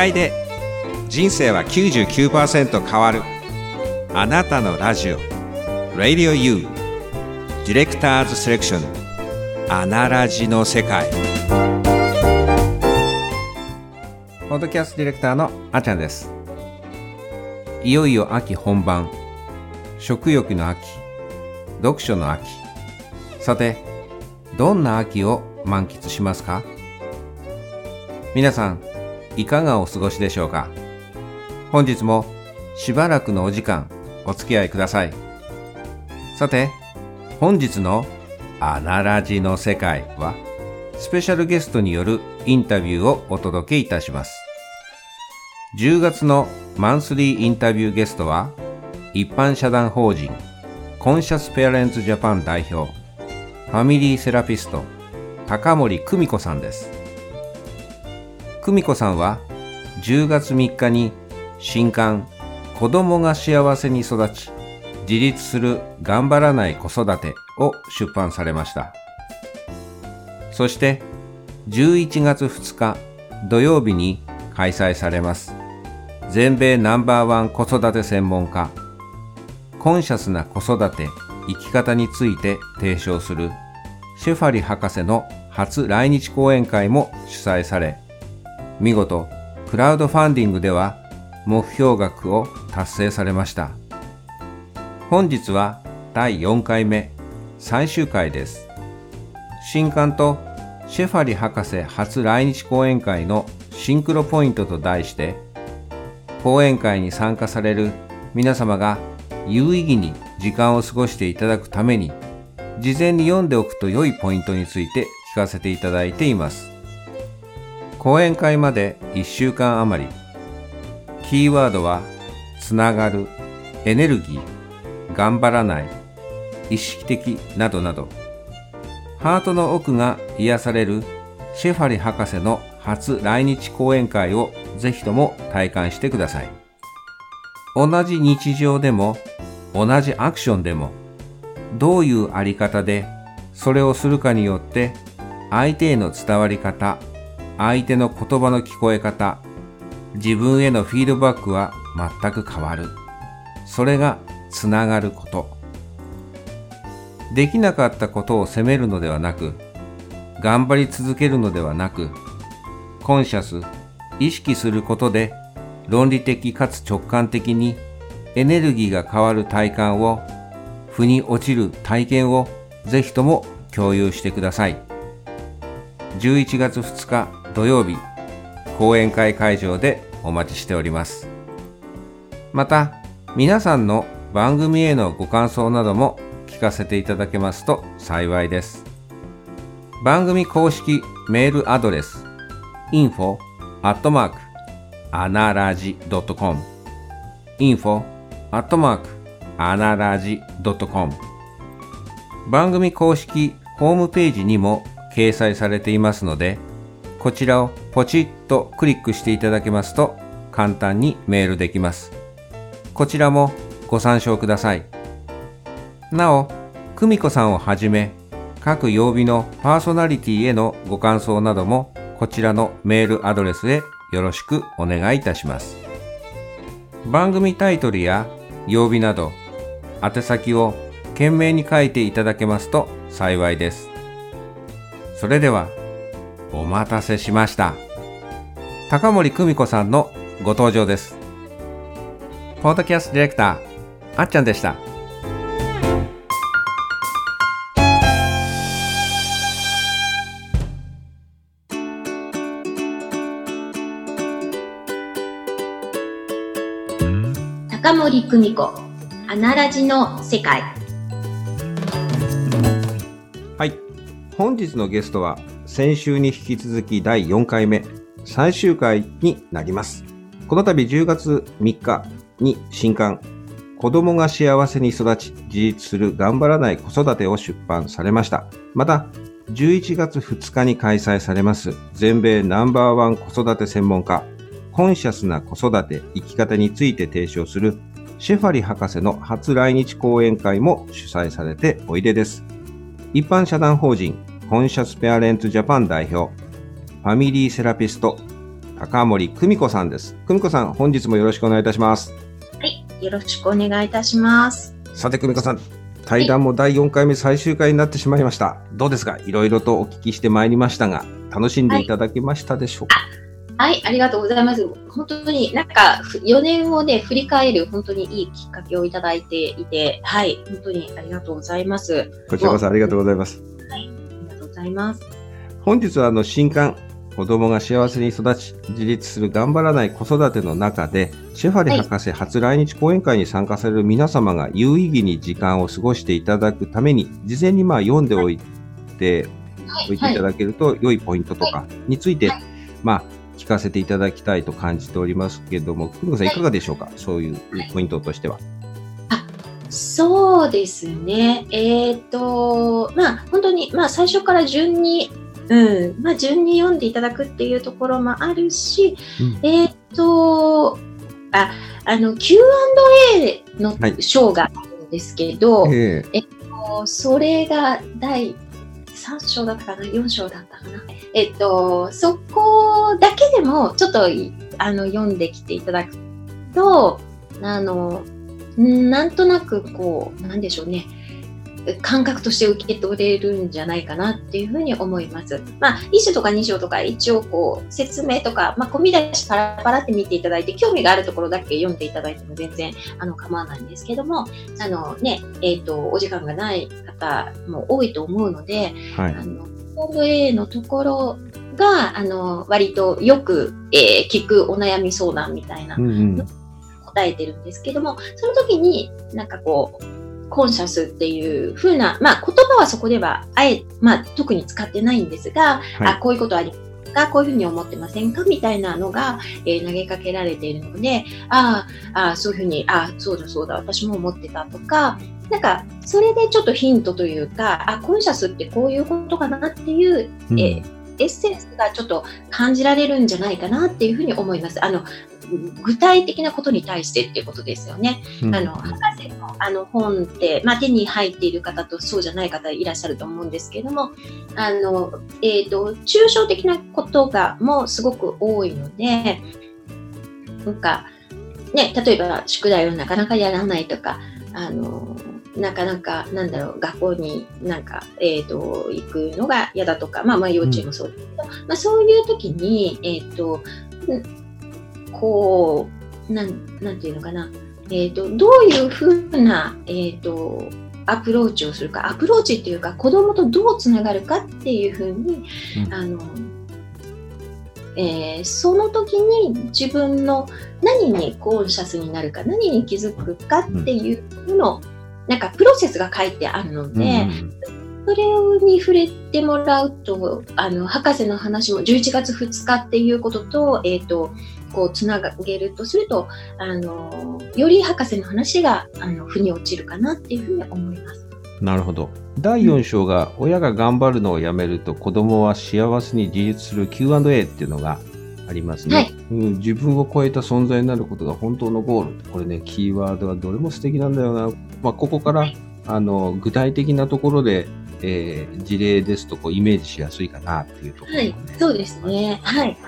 違いで人生は 99% 変わる。あなたのラジオ Radio U ディレクターズセレクションアナラジの世界。ポッドキャストディレクターのあちゃんです。いよいよ秋本番、食欲の秋、読書の秋。さて、どんな秋を満喫しますか？皆さんいかがお過ごしでしょうか？本日もしばらくのお時間お付き合いください。さて、本日のアナラジの世界はスペシャルゲストによるインタビューをお届けいたします。10月のマンスリーインタビューゲストは一般社団法人コンシャスペアレンツジャパン代表ファミリーセラピスト高森久美子さんです。久美子さんは10月3日に新刊子供が幸せに育ち自立する頑張らない子育てを出版されました。そして11月2日土曜日に開催されます全米ナンバーワン子育て専門家コンシャスな子育て生き方について提唱するシェファリ博士の初来日講演会も主催され、見事クラウドファンディングでは目標額を達成されました。本日は第4回目最終回です。新刊とシェファリ博士初来日講演会のシンクロポイントと題して、講演会に参加される皆様が有意義に時間を過ごしていただくために、事前に読んでおくと良いポイントについて聞かせていただいています。講演会まで1週間余り、キーワードはつながる、エネルギー、頑張らない、意識的などなど、ハートの奥が癒されるシェファリ博士の初来日講演会をぜひとも体感してください。同じ日常でも同じアクションでもどういうあり方でそれをするかによって相手への伝わり方、相手の言葉の聞こえ方、自分へのフィードバックは全く変わる。それがつながること。できなかったことを責めるのではなく、頑張り続けるのではなく、コンシャス、意識することで論理的かつ直感的にエネルギーが変わる体感を、腑に落ちる体験をぜひとも共有してください。11月2日土曜日、講演会会場でお待ちしております。また、皆さんの番組へのご感想なども聞かせていただけますと幸いです。番組公式メールアドレス info@anaraji.com info@anaraji.com 番組公式ホームページにも掲載されていますので、こちらをポチッとクリックしていただけますと簡単にメールできます。こちらもご参照ください。なお、久美子さんをはじめ各曜日のパーソナリティへのご感想などもこちらのメールアドレスへよろしくお願いいたします。番組タイトルや曜日など宛先を懸命に書いていただけますと幸いです。それではお待たせしました。高森久美子さんのご登場です。ポッドキャストディレクターあっちゃんでした。 高森久美子アナラジの世界。 はい、本日のゲストは先週に引き続き第4回目最終回になります。この度10月3日に新刊子供が幸せに育ち自立する頑張らない子育てを出版されました。また11月2日に開催されます全米ナンバーワン子育て専門家コンシャスな子育て生き方について提唱するシェファリ博士の初来日講演会も主催されておいでです。一般社団法人コンシャスペアレンツジャパン代表ファミリーセラピスト高森久美子さんです。久美子さん、本日もよろしくお願いいたします。 はい、よろしくお願いいたします。 さて久美子さん、対談も第4回目最終回になってしまいました。どうですか？いろいろとお聞きしてまいりましたが、楽しんでいただけましたでしょうか？ はい、ありがとうございます。本当になんか4年をね、振り返る本当にいいきっかけをいただいていて、はい、本当にありがとうございます。 こちらこそありがとうございます。 はい、ありがとうございます。 本日は新刊、子供が幸せに育ち、自立する頑張らない子育ての中で、シェファリ博士初来日講演会に参加される皆様が有意義に時間を過ごしていただくために、事前に読んでおいていただけると良いポイントとかについて、聞かせていただきたいと感じておりますけれども、久美子さんいかがでしょうか？そういうポイントとしては。 そうですね。本当に、最初から順に、順に読んでいただくっていうところもあるし、Q&A の章があるんですけど、それが第3章だったかな、4章だったかな。そこだけでもちょっと読んできていただくと、なんとなくなんでしょうね、感覚として受け取れるんじゃないかなっていうふうに思います。1章とか2章とか一応説明とか、込み出しパラパラって見ていただいて、興味があるところだけ読んでいただいても全然構わないんですけども、お時間がない方も多いと思うので、Q&A のところが割とよく、聞くお悩み相談みたいな、答えてるんですけども、その時にコンシャスっていう風な、言葉はそこでは特に使ってないんですが、こういうことありますか、こういうふうに思ってませんかみたいなのが、投げかけられているので、そういうふうに、そうだ、私も思ってたとか、それでちょっとヒントというか、コンシャスってこういうことかなっていう、エッセンスがちょっと感じられるんじゃないかなっていうふうに思います。具体的なことに対してっていうことですよね。博士の本って、手に入っている方とそうじゃない方いらっしゃると思うんですけども、抽象的なことがもうすごく多いので、例えば宿題をなかなかやらないとか、なかなか学校に行くのが嫌だとか、幼稚園もそうですけど、そういう時になんていうのかな、どういうふうなアプローチをするか、アプローチっていうか子供とどうつながるかっていうふうに、その時に自分の何にコンシャスになるか、何に気づくかっていうのプロセスが書いてあるので、それに触れてもらうと、博士の話も11月2日っていうことと、つなげるとすると、より博士の話が腑に落ちるかなっていうふうに思います。 なるほど。第4章が、親が頑張るのをやめると子供は幸せに自立する Q&A っていうのがありますね。自分を超えた存在になることが本当のゴール。これね、キーワードはどれも素敵なんだよな。ここから具体的なところで、事例ですとイメージしやすいかなっていうところ、ね。 そうですね。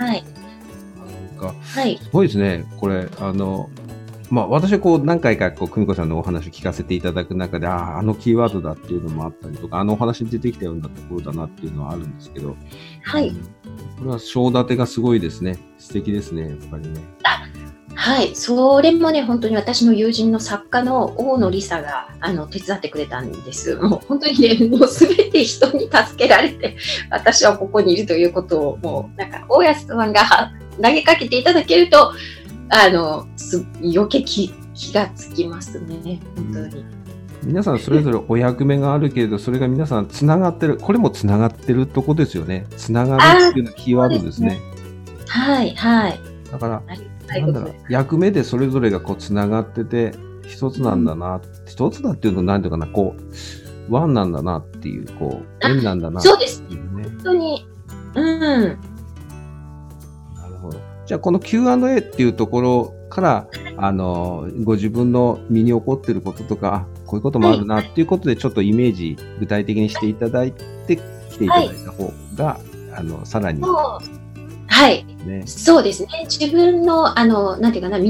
すごいですね。これ私は何回か久美子さんのお話を聞かせていただく中で、キーワードだっていうのもあったりとか、お話に出てきたようなところだなっていうのはあるんですけど、これは章立てがすごいですね。素敵ですね、やっぱりね。 それもね、本当に私の友人の作家の大野梨沙が手伝ってくれたんです。もう本当にね、もうすべて人に助けられて、私はここにいるということを、もう大安さんが投げかけていただけると、余計気がつきますね、本当に。 皆さんそれぞれお役目があるけれど、それが皆さんつながってる、これもつながってるとこですよね。つながるっていうのはキーワードですね。だから役目でそれぞれがつながってて一つなんだな、一つだっていうのなんていうかな、ワンなんだなっていう、縁なんだなっていうね。 そうです。本当に。 なるほど。じゃあこの Q&A っていうところからご自分の身に起こっていることとか、こういうこともあるなっていうことでちょっとイメージ具体的にしていただいて来ていただいた方が、さらにはい、 ね。 そうですね。自分の、なんていうかな、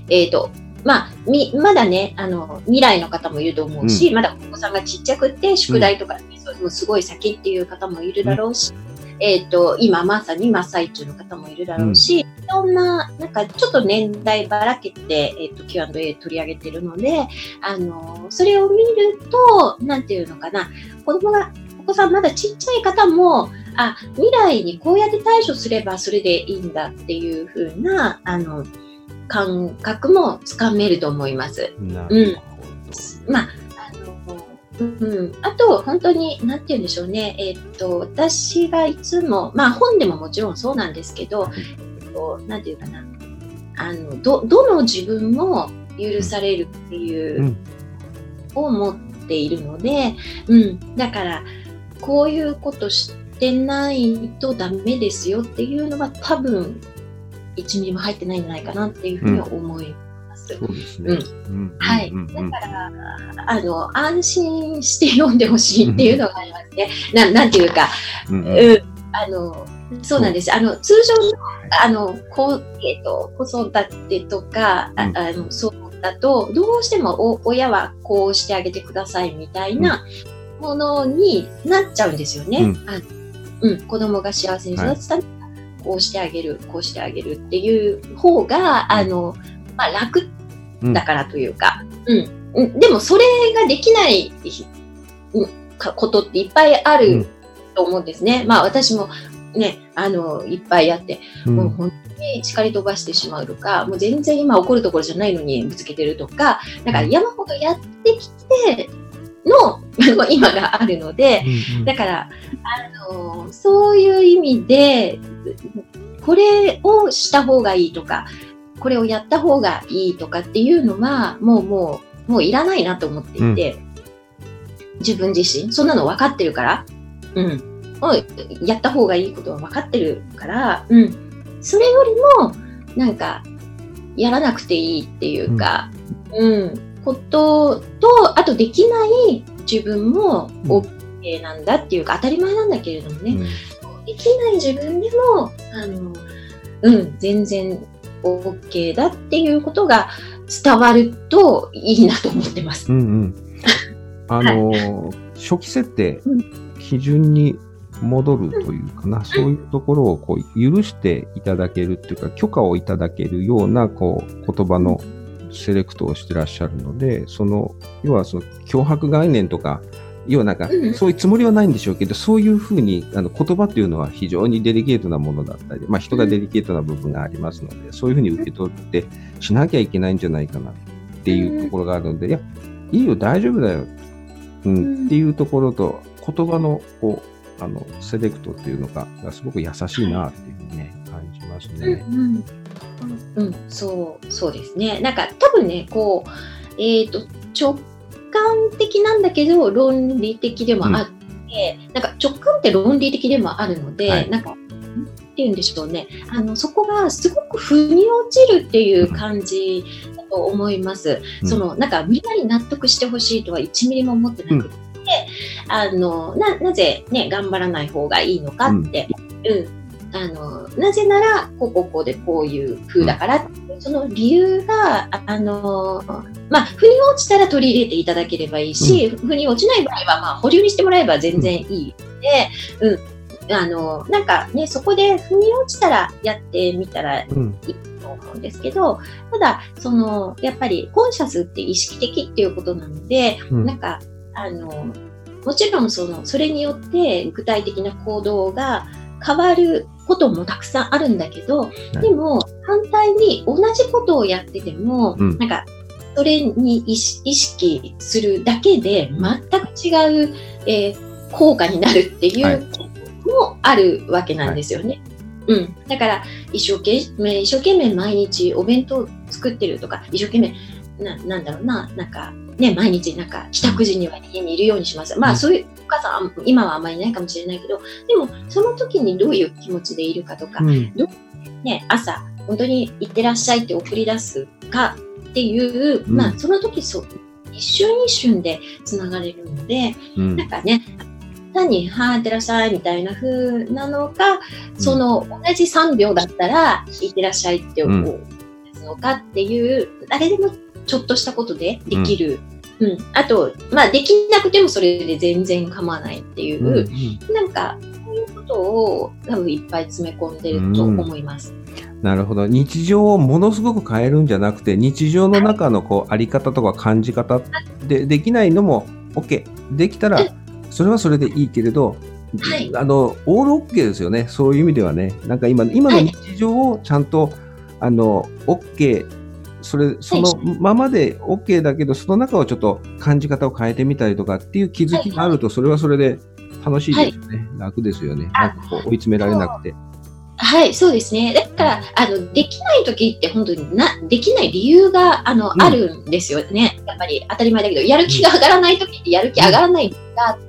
まだね、未来の方もいると思うし、まだお子さんがちっちゃくて、宿題とか、そうすごい先っていう方もいるだろうし、今まさに真っ最中の方もいるだろうし、いろんな、なんかちょっと年代ばらけて、Q&A 取り上げてるので、それを見ると、なんていうのかな、お子さんまだちっちゃい方も、未来にこうやって対処すればそれでいいんだっていう風な、感覚もつかめると思います。 なるほど。 あと、本当に、なんて言うんでしょうね。私がいつも、本でももちろんそうなんですけど、なんていうかな。どの自分も許されるっていうを持っているので、だから、こういうことしてないとダメですよっていうのは多分、1ミリも入ってないんじゃないかなっていうふうに思います。 そうですね。 はい。だから、安心して読んでほしいっていうのがありますね。なんていうか、そうなんです。通常の、子育てとか、そうだと、どうしても親はこうしてあげてくださいみたいなものになっちゃうんですよね。子供が幸せに育つために、こうしてあげるっていう方が、楽だからというか、でもそれができないことっていっぱいあると思うんですね。私もね、いっぱいあって、もう本当に叱り飛ばしてしまうとか、もう全然今怒るところじゃないのにぶつけてるとか、なんか山ほどやってきての今があるので、だから、そういう意味で、これをした方がいいとか、これをやった方がいいとかっていうのは、もういらないなと思っていて、自分自身、そんなの分かってるから、もうやった方がいいことは分かってるから、それよりも、なんか、やらなくていいっていうか、ことと、あとできない自分も OK なんだっていうか、当たり前なんだけれどもね、できない自分でも、全然 OK だっていうことが伝わるといいなと思ってます。 初期設定、基準に戻るというかな、そういうところをこう許していただけるっていうか、許可をいただけるようなこう言葉のセレクトをしてらっしゃるので、要は脅迫概念とか、要はなんか、そういうつもりはないんでしょうけど、そういうふうに言葉っていうのは非常にデリケートなものだったり、人がデリケートな部分がありますので、そういうふうに受け取ってしなきゃいけないんじゃないかなっていうところがあるので、いや、いいよ、大丈夫だよ、っていうところと、言葉のこうセレクトっていうのがすごく優しいなっていうふうにね、感じますね。 そうですね。なんか多分ね、こう、直感的なんだけど論理的でもあって、なんか直感って論理的でもあるので、なんかって言うんでしょうね。そこがすごく腑に落ちるっていう感じだと思います。なんか無理やり納得してほしいとは1ミリも思ってなくて、なぜね頑張らない方がいいのかって、なぜならこうでこういう風だから、その理由が腑に落ちたら取り入れていただければいいし、腑に落ちない場合は保留にしてもらえば全然いいので、なんかねそこで腑に落ちたらやってみたらいいと思うんですけど、ただやっぱりコンシャスって意識的っていうことなので、なんかもちろんそれによって具体的な行動が変わることもたくさんあるんだけど、でも反対に同じことをやってても、なんかそれに意識するだけで全く違う、効果になるっていうこともあるわけなんですよね。だから一生懸命毎日お弁当作ってるとか、一生懸命なんだろうな、なんかね、毎日なんか帰宅時には家にいるようにします。そういうお母さん今はあんまりいないかもしれないけど、でもその時にどういう気持ちでいるかとか、朝本当に行ってらっしゃいって送り出すかっていう、その時一瞬一瞬でつながれるので、なんかね、 単にはーってらっしゃいみたいな風なのか、その同じ3秒だったらいってらっしゃいって思うのかっていう、誰でもちょっとしたことでできる。あと、できなくてもそれで全然構わないっていう、なんか、そういうことを多分いっぱい詰め込んでると思います。 なるほど。日常をものすごく変えるんじゃなくて、日常の中のあり方とか感じ方でできないのも OK。できたら、それはそれでいいけれど、オール OK ですよね。そういう意味ではね。なんか今の日常をちゃんと、OK。そのままで OK だけど、その中をちょっと感じ方を変えてみたりとかっていう気づきがあると、それはそれで楽しいですよね。楽ですよね。なんか追い詰められなくて。 はい、そうですね。だから、できない時って本当にできない理由が、あるんですよね。やっぱり当たり前だけど、やる気が上がらない時ってやる気上がらないがあって、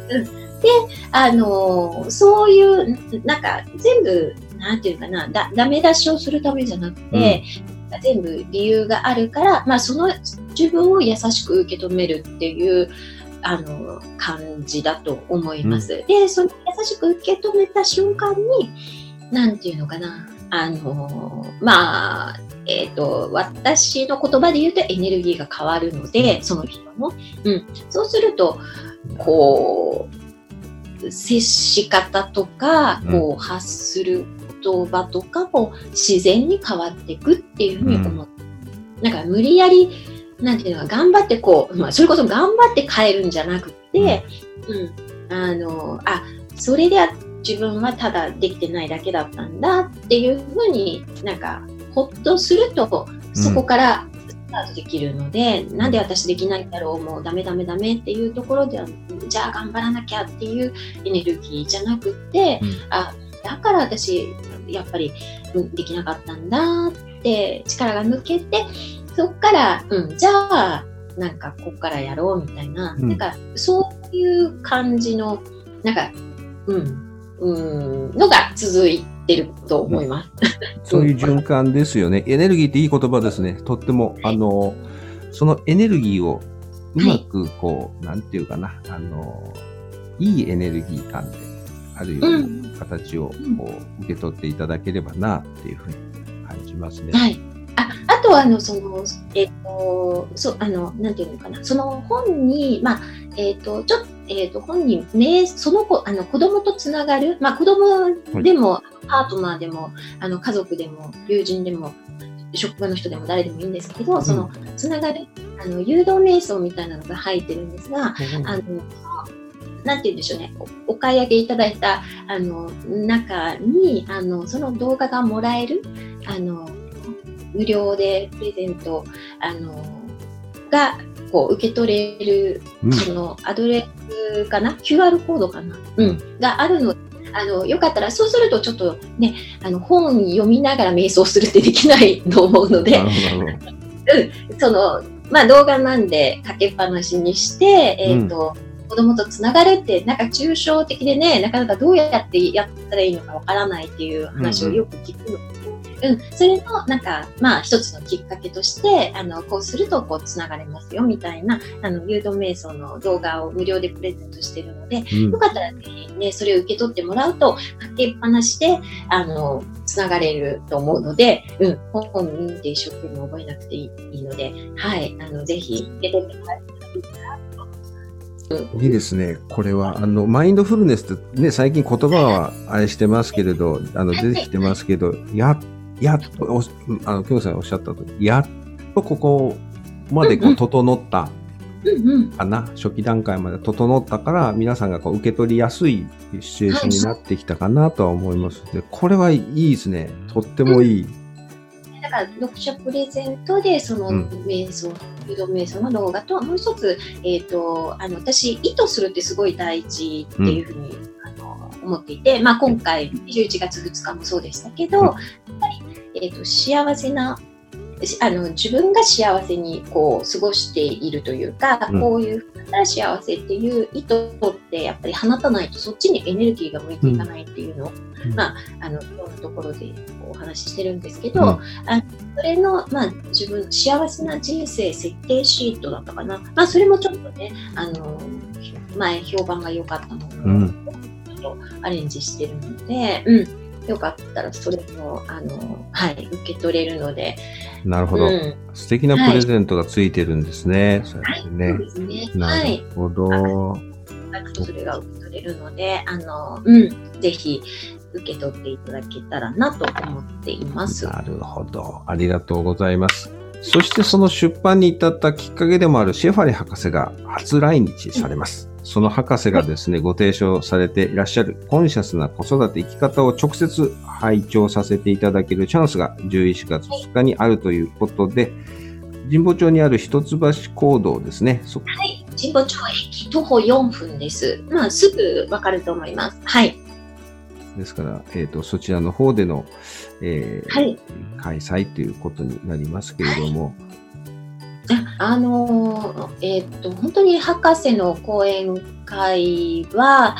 で、そういう、なんか全部、なんていうかな、ダメ出しをするためじゃなくて、全部理由があるから、その自分を優しく受け止めるっていう感じだと思います。で、その優しく受け止めた瞬間に、なんていうのかな、私の言葉で言うとエネルギーが変わるので、その人の、そうすると接し方とか発する言葉とかも自然に変わっていくっていうふうに思って、なんか無理やりなんていうのか頑張ってそれこそ頑張って変えるんじゃなくて、それで自分はただできてないだけだったんだっていうふうになんかほっとすると、そこからスタートできるので、なんで私できないんだろう、もうダメっていうところでは、じゃあ頑張らなきゃっていうエネルギーじゃなくて、だから私やっぱりできなかったんだって力が抜けて、そっからじゃあなんかこっからやろうみたいな、なんかそういう感じのなんかのが続いてると思います。 そういう循環ですよね。エネルギーっていい言葉ですね。とってもそのエネルギーをうまくなんていうかな、いいエネルギー感であるような形を受け取っていただければなっていうふうに感じますね。 はい。あとはなんていうのかな、その本に本人ね、その子子供とつながる、子供でも、パートナーでも家族でも友人でも職場の人でも誰でもいいんですけど、そのつながる誘導瞑想みたいなのが入ってるんですが、なんて言うんでしょうね、お買い上げいただいた中にその動画がもらえる無料でプレゼントが受け取れる、そのアドレスかな、QR コードかな、があるので、よかったらそうするとちょっとね、本読みながら瞑想するってできないと思うので、動画なんでかけっぱなしにして、子供とつながるってなんか抽象的でね、なかなかどうやってやったらいいのかわからないっていう話をよく聞くので、それのなんか一つのきっかけとしてこうするとつながれますよみたいな誘導瞑想の動画を無料でプレゼントしてるので、よかったらぜひねそれを受け取ってもらうとかけっぱなしでつながれると思うので、本見て一生懸命覚えなくていいので、はい、ぜひ受け取ってもらえたらいいかなと。 いいですね。これはマインドフルネスってね、最近言葉はあれしてますけれど、出てきてますけど、やっときょうさんおっしゃったとおり、やっとここまで整ったかな、初期段階まで整ったから、皆さんが受け取りやすいシチュエーションになってきたかなとは思います。で、これはいいですね。とってもいい。 だから読者プレゼントでその瞑想、誘導瞑想の動画と、もう一つ、私意図するってすごい大事っていうふうに、思っていて、今回11月2日もそうでしたけど、やっぱり、幸せな自分が幸せに過ごしているというか、こういうふうな幸せっていう意図ってやっぱり放たないとそっちにエネルギーが向いていかないっていうのを、いろんなところでお話ししてるんですけど、それの、自分幸せな人生設定シートだったかな、それもちょっとね前評判が良かったのアレンジしてるので、よかったらそれも受け取れるので。 なるほど。素敵なプレゼントがついてるんですね。そうですね。 そうですね。 なるほど。 それが受け取れるので、ぜひ受け取っていただけたらなと思っています。 なるほど。ありがとうございます。そしてその出版に至ったきっかけでもあるシェファリ博士が初来日されます。その博士がですね、ご提唱されていらっしゃるコンシャスな子育て生き方を直接拝聴させていただけるチャンスが11月2日にあるということで、神保町にある一橋講堂ですね。 はい。神保町駅徒歩4分です。すぐわかると思います。はい。 ですから、そちらの方での、 はい、 開催ということになりますけれども。 本当に博士の講演会は、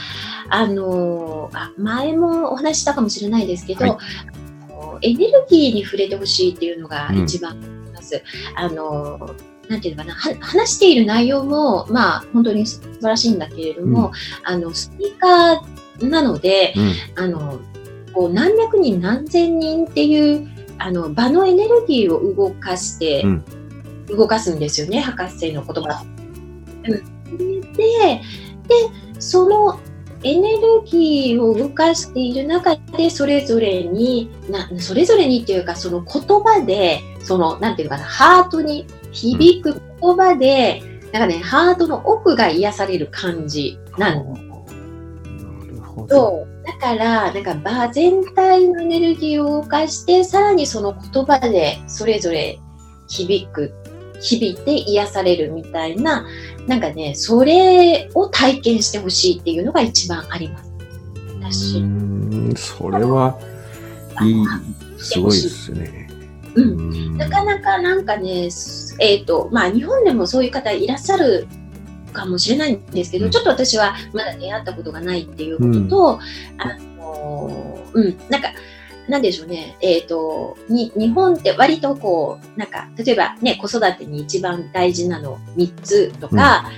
前もお話ししたかもしれないですけど、エネルギーに触れてほしいっていうのが一番あります。なんていうのかな、話している内容も、本当に素晴らしいんだけれども、スピーカーなので、こう何百人何千人っていう場のエネルギーを動かすんですよね、博士の言葉。で、そのエネルギーを動かしている中で、それぞれにっていうか、その言葉で、なんていうかな、ハートに響く言葉で、ハートの奥が癒される感じなんです。だから、場全体のエネルギーを動かして、さらにその言葉でそれぞれ響いて癒されるみたいな、それを体験してほしいっていうのが一番あります。 それは、すごいですね。 なかなか日本でもそういう方いらっしゃるかもしれないんですけど、ちょっと私はまだ出会ったことがないっていうことと、なんでしょうね、日本って割とこう、例えばね、子育てに一番大事なの3つとか、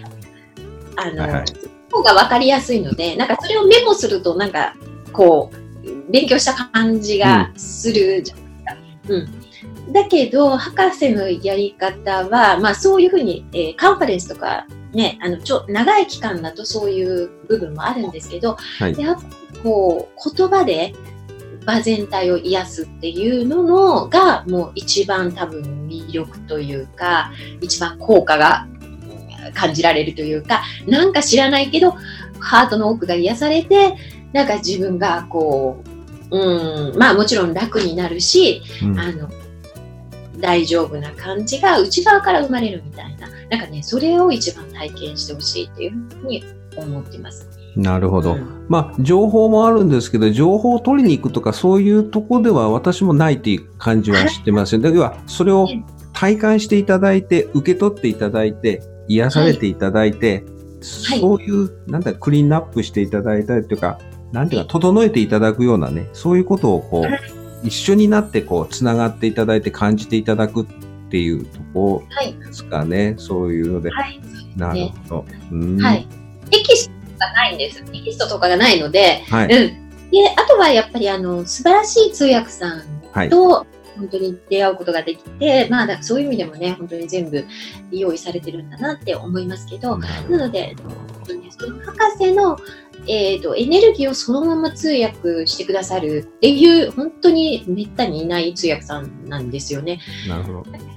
方が分かりやすいので、それをメモすると、こう、勉強した感じがするじゃないですか。だけど、博士のやり方は、そういうふうに、カンファレンスとか、ね、長い期間だとそういう部分もあるんですけど、やっぱこう言葉で場全体を癒すっていうのがもう一番多分魅力というか、一番効果が感じられるというか、知らないけどハートの奥が癒されて、自分がこう、もちろん楽になるし、大丈夫な感じが内側から生まれるみたいな、それを一番体験してほしいっていうふうに思ってます。 なるほど。情報もあるんですけど、情報を取りに行くとかそういうところでは私もないっていう感じはしてますよ。だけど、それを体感していただいて、受け取っていただいて、癒されていただいて、そういう、クリーンアップしていただいたりというか、整えていただくようなね、そういうことをこう、一緒になってこう、つながっていただいて感じていただくっていうところですかね。そういうので。なるほど。 テキストがないんです。テキストとかがないので、で、あとはやっぱり素晴らしい通訳さんと本当に出会うことができて、そういう意味でもね、本当に全部用意されてるんだなって思いますけど、なので、その博士のエネルギーをそのまま通訳してくださるっていう、本当にめったにいない通訳さんなんですよね。 なるほど。 だから、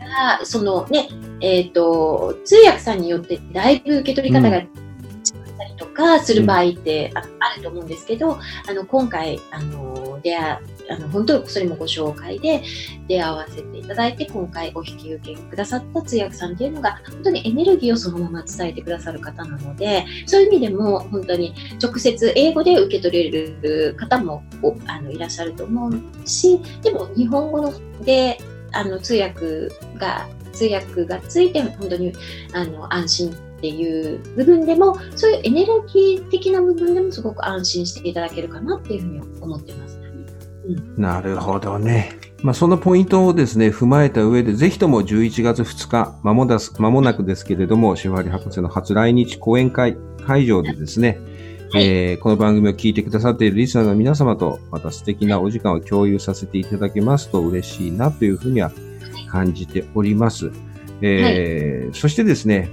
通訳さんによってだいぶ受け取り方が違ったりとかする場合ってあると思うんですけど、今回、本当にそれもご紹介で出会わせていただいて、今回お引き受けくださった通訳さんっていうのが、本当にエネルギーをそのまま伝えてくださる方なので、そういう意味でも本当に直接英語で受け取れる方もいらっしゃると思うし、でも日本語で通訳がついて本当に安心っていう部分でも、そういうエネルギー的な部分でもすごく安心していただけるかなっていうふうに思ってます。 なるほどね。そのポイントをですね、踏まえた上で、ぜひとも11月2日、間もなくですけれども、シェファリ博士の初来日講演会会場でですね、 この番組を聞いてくださっているリスナーの皆様と、また素敵なお時間を共有させていただけますと嬉しいなというふうには感じております。そしてですね、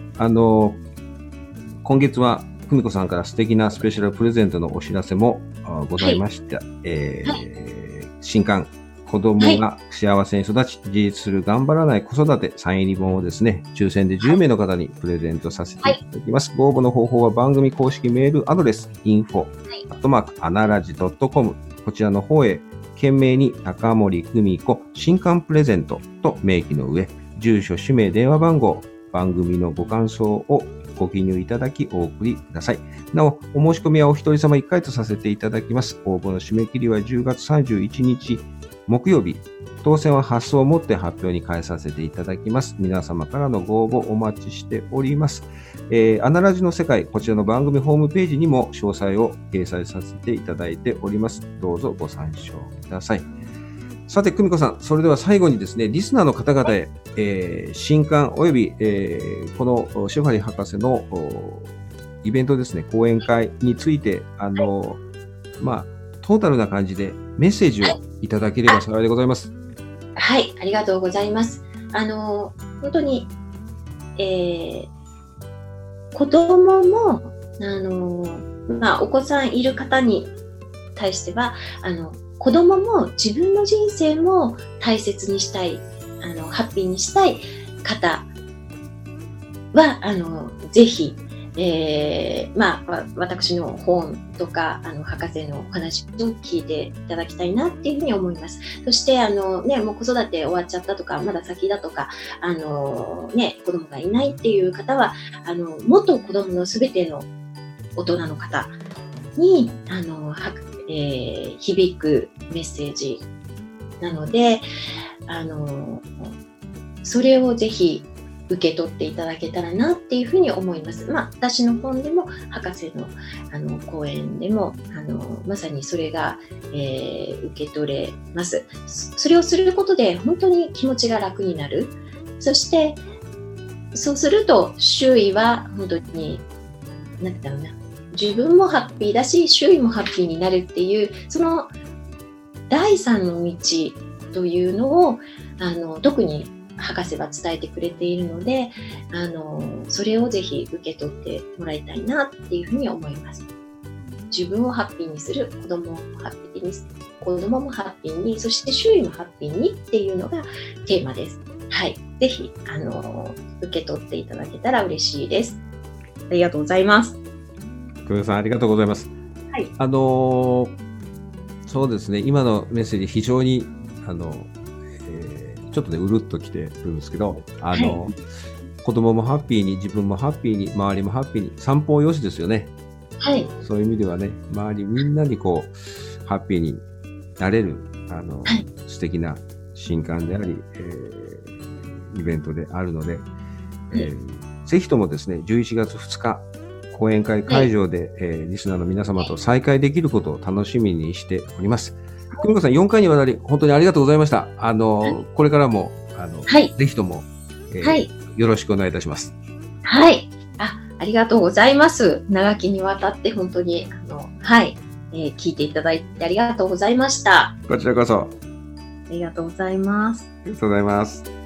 今月は久美子さんから素敵なスペシャルプレゼントのお知らせもございました。新刊、子供が幸せに育ち、自立する頑張らない子育てサイン入り本をですね、抽選で10名の方にプレゼントさせていただきます。ご応募の方法は番組公式メールアドレス、info@anaraji.com、こちらの方へ、懸命に高森久美子新刊プレゼントと明記の上、住所、氏名、電話番号、番組のご感想をご記入いただきお送りください。なお、お申し込みはお一人様1回とさせていただきます。応募の締め切りは10月31日木曜日。当選は発送をもって発表に変えさせていただきます。皆様からのご応募お待ちしております。アナラジの世界、こちらの番組ホームページにも詳細を掲載させていただいております。どうぞご参照ください。さて、久美子さん、それでは最後にですね、リスナーの方々へ、新刊および、このシェファリ博士のイベントですね、講演会について、トータルな感じでメッセージをいただければ幸いでございます。 はい、ありがとうございます。本当に、子供も、お子さんいる方に対しては、子供も自分の人生も大切にしたい、ハッピーにしたい方は、ぜひ、私の本とか、博士のお話を聞いていただきたいなっていうふうに思います。そして、もう子育て終わっちゃったとか、まだ先だとか、子供がいないっていう方は、元子供のすべての大人の方に、響くメッセージなので、それをぜひ受け取っていただけたらなっていうふうに思います。私の本でも博士の講演でもまさにそれが、受け取れます。それをすることで本当に気持ちが楽になる。そしてそうすると周囲は本当になんだろうな。自分もハッピーだし、周囲もハッピーになるっていう、その第三の道というのを、特に博士は伝えてくれているので、それをぜひ受け取ってもらいたいなっていうふうに思います。自分をハッピーにする、子供もハッピーに、そして周囲もハッピーにっていうのがテーマです。はい。ぜひ、受け取っていただけたら嬉しいです。ありがとうございます。 久美子さん、ありがとうございます。 はい。 そうですね、今のメッセージ非常に、ちょっとね、うるっときてるんですけど、子供もハッピーに、自分もハッピーに、周りもハッピーに、散歩よしですよね。 はい。 そういう意味ではね、周りみんなにこう、ハッピーになれる、素敵な新刊であり、イベントであるので、ぜひともですね、11月2日、講演会会場で、リスナーの皆様と再会できることを楽しみにしております。久美子さん、4回にわたり本当にありがとうございました。これからもぜひとも、よろしくお願いいたします。 はい。ありがとうございます。長きにわたって本当に聞いていただいてありがとうございました。 こちらこそ。 ありがとうございます。 ありがとうございます。